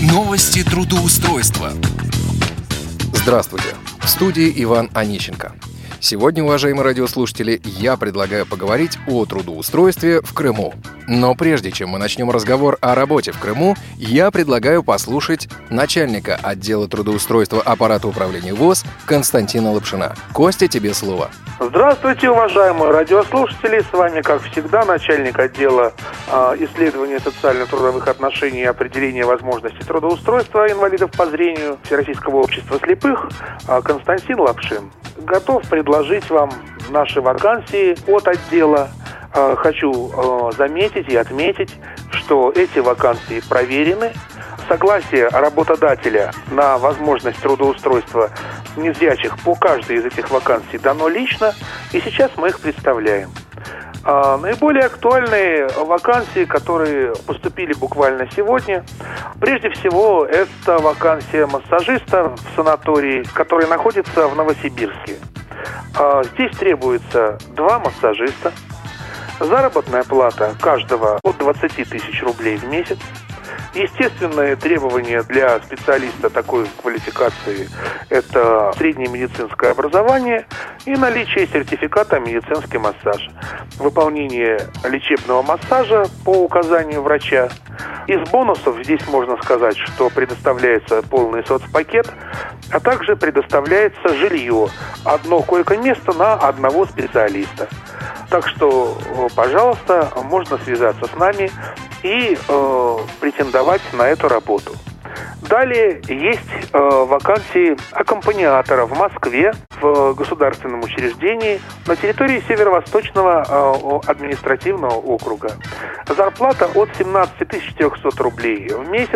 Новости трудоустройства. Здравствуйте! В студии Иван Онищенко. Сегодня, уважаемые радиослушатели, я предлагаю поговорить о трудоустройстве в Крыму. Но прежде чем мы начнем разговор о работе в Крыму, я предлагаю послушать начальника отдела трудоустройства аппарата управления ВОС Константина Лапшина. Костя, тебе слово. Здравствуйте, уважаемые радиослушатели. С вами, как всегда, начальник отдела исследования социально-трудовых отношений и определения возможностей трудоустройства инвалидов по зрению Всероссийского общества слепых Константин Лапшин. Готов предложить вам наши вакансии от отдела. Хочу заметить и отметить, что эти вакансии проверены. Согласие работодателя на возможность трудоустройства незрячих по каждой из этих вакансий дано лично, и сейчас мы их представляем. Наиболее актуальные вакансии, которые поступили буквально сегодня, прежде всего, это вакансия массажиста в санатории, который находится в Новосибирске. Здесь требуется 2 массажиста. Заработная плата каждого от 20 тысяч рублей в месяц. Естественные требования для специалиста такой квалификации – это среднее медицинское образование и наличие сертификата медицинский массаж, выполнение лечебного массажа по указанию врача. Из бонусов здесь можно сказать, что предоставляется полный соцпакет, а также предоставляется жилье, 1 койко-место на 1 специалиста. Так что, пожалуйста, можно связаться с нами и претендовать на эту работу. Далее есть вакансии аккомпаниатора в Москве, в государственном учреждении на территории Северо-Восточного административного округа. Зарплата от 17 400 рублей в месяц.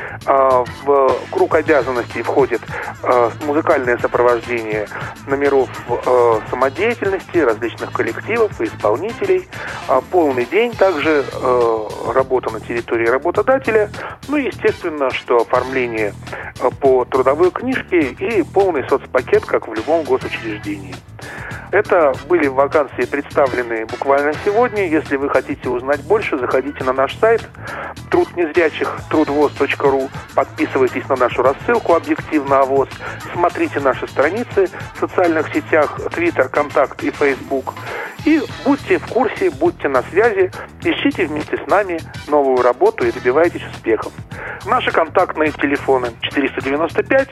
В круг обязанностей входит музыкальное сопровождение номеров самодеятельности, различных коллективов и исполнителей. Полный день также работа на территории работодателя. Ну и естественно, что оформление по трудовой книжке и полный соцпакет, как в любом госучреждении. Это были вакансии, представленные буквально сегодня. Если вы хотите узнать больше, заходите на наш сайт труд незрячих trudvoz.ru, подписывайтесь на нашу рассылку «Объективно о ВОС», смотрите наши страницы в социальных сетях Twitter, Контакт и Facebook. И будьте в курсе, будьте на связи, ищите вместе с нами новую работу и добивайтесь успехов. Наши контактные телефоны 495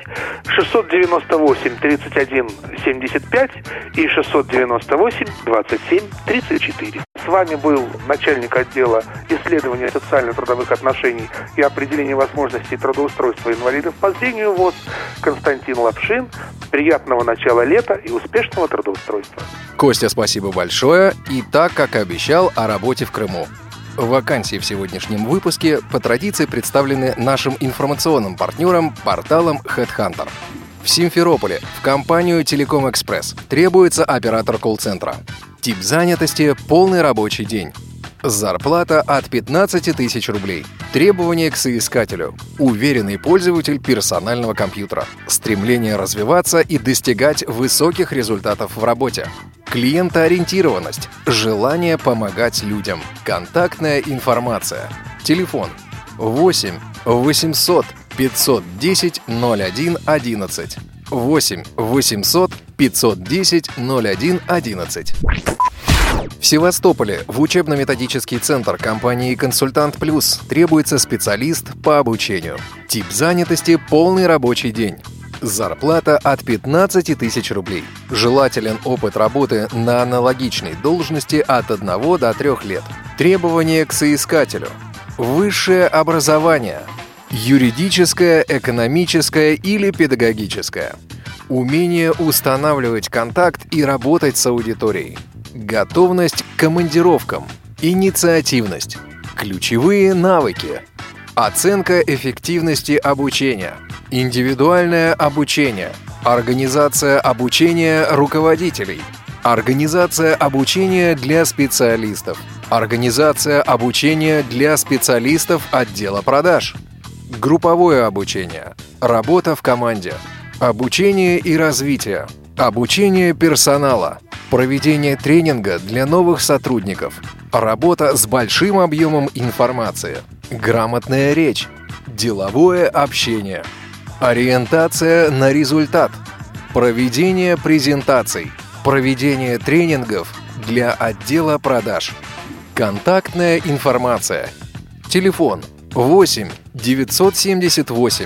698 31 75 и 698 27 34. С вами был начальник отдела исследования социально-трудовых отношений и определения возможностей трудоустройства инвалидов по зрению ВОС Константин Лапшин. Приятного начала лета и успешного трудоустройства. Костя, спасибо большое. И так, как и обещал, о работе в Крыму. Вакансии в сегодняшнем выпуске по традиции представлены нашим информационным партнером порталом HeadHunter. В Симферополе в компанию Телеком Экспресс требуется оператор колл-центра. Тип занятости – полный рабочий день. Зарплата от 15 тысяч рублей. Требования к соискателю. Уверенный пользователь персонального компьютера. Стремление развиваться и достигать высоких результатов в работе. Клиентоориентированность. Желание помогать людям. Контактная информация. Телефон 8 800 510 01 11. 8 800 510 01 11. В Севастополе в учебно-методический центр компании «Консультант Плюс» требуется специалист по обучению. Тип занятости – полный рабочий день. Зарплата от 15 тысяч рублей. Желателен опыт работы на аналогичной должности от 1 до 3 лет. Требования к соискателю. Высшее образование. Юридическое, экономическое или педагогическое. Умение устанавливать контакт и работать с аудиторией. Готовность к командировкам. Инициативность. Ключевые навыки. Оценка эффективности обучения. Индивидуальное обучение. Организация обучения руководителей. Организация обучения для специалистов. Организация обучения для специалистов отдела продаж. Групповое обучение. Работа в команде. Обучение и развитие. Обучение персонала. Проведение тренинга для новых сотрудников. Работа с большим объемом информации. Грамотная речь. деловое общение, ориентация на результат, проведение презентаций, проведение тренингов для отдела продаж, контактная информация, телефон 8 978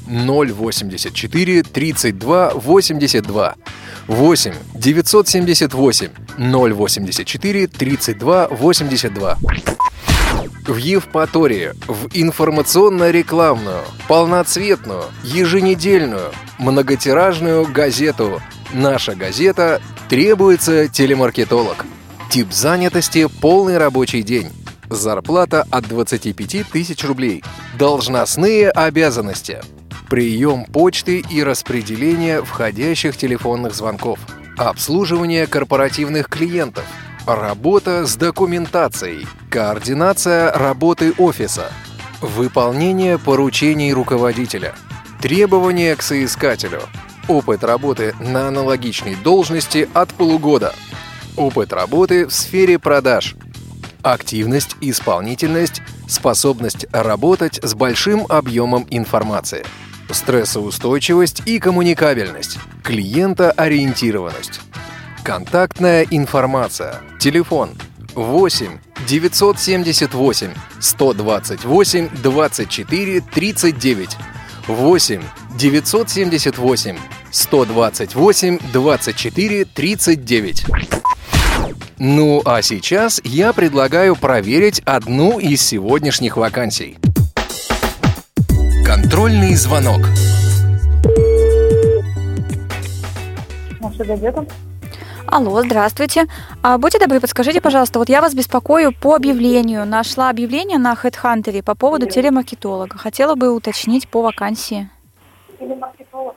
084 32 82, 8 978 084 32 82. В Евпатории в информационно-рекламную, полноцветную, еженедельную, многотиражную газету «Наша газета» требуется телемаркетолог. Тип занятости – полный рабочий день. Зарплата от 25 тысяч рублей. Должностные обязанности. Прием почты и распределение входящих телефонных звонков. Обслуживание корпоративных клиентов. Работа с документацией. Координация работы офиса. Выполнение поручений руководителя. Требования к соискателю. Опыт работы на аналогичной должности от полугода. Опыт работы в сфере продаж. Активность, исполнительность, способность работать с большим объемом информации. Стрессоустойчивость и коммуникабельность. Клиентоориентированность. Контактная информация. Телефон 8 978 128 24 39. 8 978 128 24 39. Ну а сейчас я предлагаю проверить одну из сегодняшних вакансий. Контрольный звонок. Наша газета. Алло, здравствуйте. Будьте добры, подскажите, пожалуйста, вот я вас беспокою по объявлению. Нашла объявление на HeadHunter по поводу телемаркетолога. Хотела бы уточнить по вакансии. Телемаркетолог.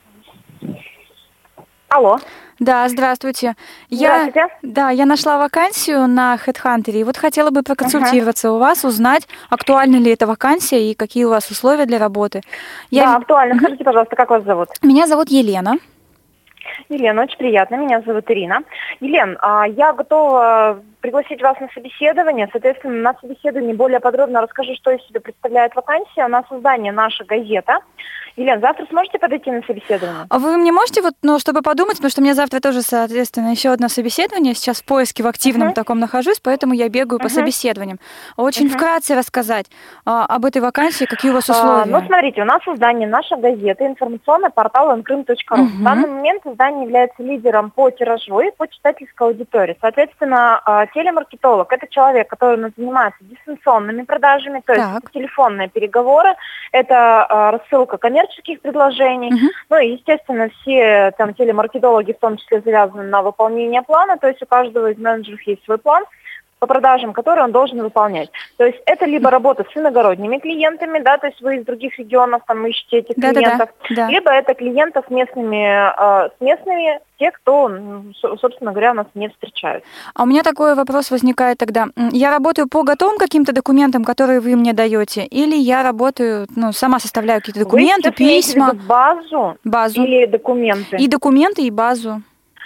Алло. Да, здравствуйте. Здравствуйте. Я нашла вакансию на HeadHunter, и вот хотела бы проконсультироваться у вас, узнать, актуальна ли эта вакансия и какие у вас условия для работы. Да, актуально. Скажите, пожалуйста, как вас зовут? Меня зовут Елена. Елена, очень приятно. Меня зовут Ирина. Елен, я готова пригласить вас на собеседование. Соответственно, на собеседовании более подробно расскажу, что из себя представляет вакансия. У нас создание «Наша газета». Елена, завтра сможете подойти на собеседование? А вы мне можете, чтобы подумать, потому что у меня завтра тоже, соответственно, еще одно собеседование. Сейчас в поиске в активном таком нахожусь, поэтому я бегаю по собеседованиям. Очень вкратце рассказать об этой вакансии, какие у вас условия. Смотрите, у нас создание «Наша газета», информационный портал nkrym.ru. В данный момент издание является лидером по тиражу и по читательской аудитории. Соответственно, телемаркетолог – это человек, который занимается дистанционными продажами, то есть это телефонные переговоры, это рассылка коммерческих предложений. Ну и, естественно, все там телемаркетологи в том числе завязаны на выполнение плана, то есть у каждого из менеджеров есть свой план по продажам, который он должен выполнять. То есть это либо работа с иногородними клиентами, да, то есть вы из других регионов там ищете этих клиентов, либо это клиентов с местными, те, кто, собственно говоря, нас не встречают. А у меня такой вопрос возникает тогда. Я работаю по готовым каким-то документам, которые вы мне даете, или я работаю, сама составляю какие-то документы, письма? Базу или документы? И документы, и базу.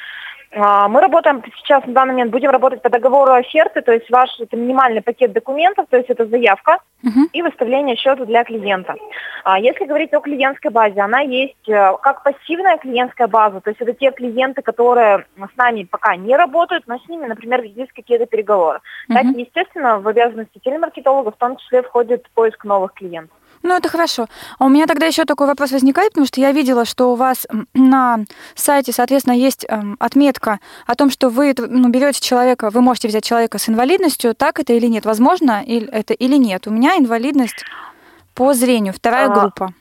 Мы работаем сейчас, на данный момент, будем работать по договору оферты, то есть ваш это минимальный пакет документов, то есть это заявка и выставление счета для клиента. Если говорить о клиентской базе, она есть как пассивная клиентская база, то есть это те клиенты, которые с нами пока не работают, но с ними, например, есть какие-то переговоры. Так, естественно, в обязанности телемаркетолога в том числе входит поиск новых клиентов. Ну, это хорошо. А у меня тогда еще такой вопрос возникает, потому что я видела, что у вас на сайте, соответственно, есть отметка о том, что вы берете человека, вы можете взять человека с инвалидностью, так это или нет? Возможно это или нет? У меня инвалидность по зрению, 2-я группа.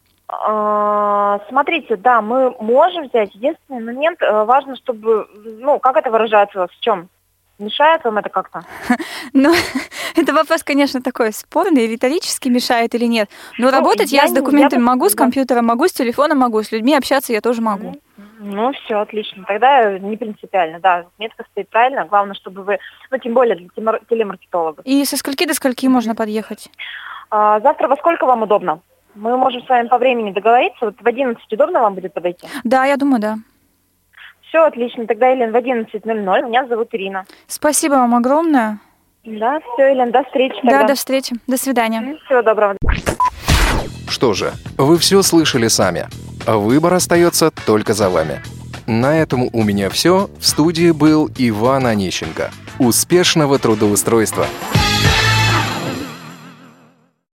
Смотрите, да, мы можем взять. Единственный момент, важно, чтобы, как это выражается у вас, в чем? Мешает вам это как-то? Ну, это вопрос, конечно, такой спорный, риторически мешает или нет. Но работать я с документами могу, с компьютером могу, с телефоном могу, с людьми общаться я тоже могу. Ну, все, отлично. Тогда не принципиально, да. Метка стоит правильно. Главное, чтобы вы, тем более для телемаркетологов. И со скольки до скольки можно подъехать? Завтра во сколько вам удобно? Мы можем с вами по времени договориться. Вот в 11 удобно вам будет подойти? Да, я думаю, да. Все, отлично. Тогда, Елена, в 11:00. Меня зовут Ирина. Спасибо вам огромное. Да, все, Елена, до встречи тогда. Да, до встречи. До свидания. Всего доброго. что же, вы все слышали сами. Выбор остается только за вами. На этом у меня все. В студии был Иван Онищенко. Успешного трудоустройства!